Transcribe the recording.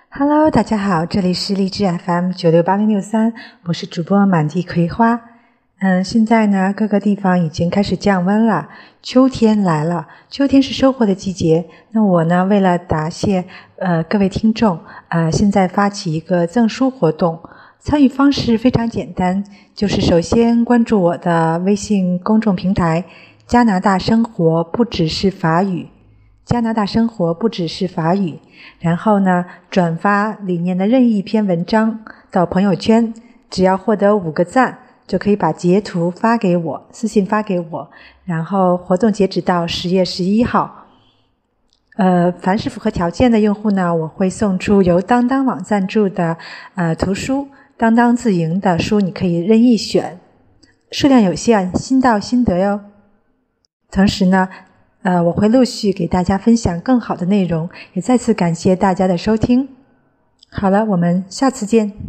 Hello， 大家好，这里是荔枝 FM 968063，我是主播满地葵花。现在呢，各个地方已经开始降温了，秋天来了，秋天是收获的季节。那我呢，为了答谢各位听众，现在发起一个赠书活动，参与方式非常简单，就是首先关注我的微信公众平台“加拿大生活不只是法语”。加拿大生活不只是法语，然后呢，转发里面的任意一篇文章到朋友圈，只要获得5个赞，就可以把截图发给我，私信发给我。然后活动截止到10月11号。凡是符合条件的用户呢，我会送出由当当网赞助的图书，当当自营的书，你可以任意选，数量有限，心到心得哟。同时呢，我会陆续给大家分享更好的内容，也再次感谢大家的收听。好了，我们下次见。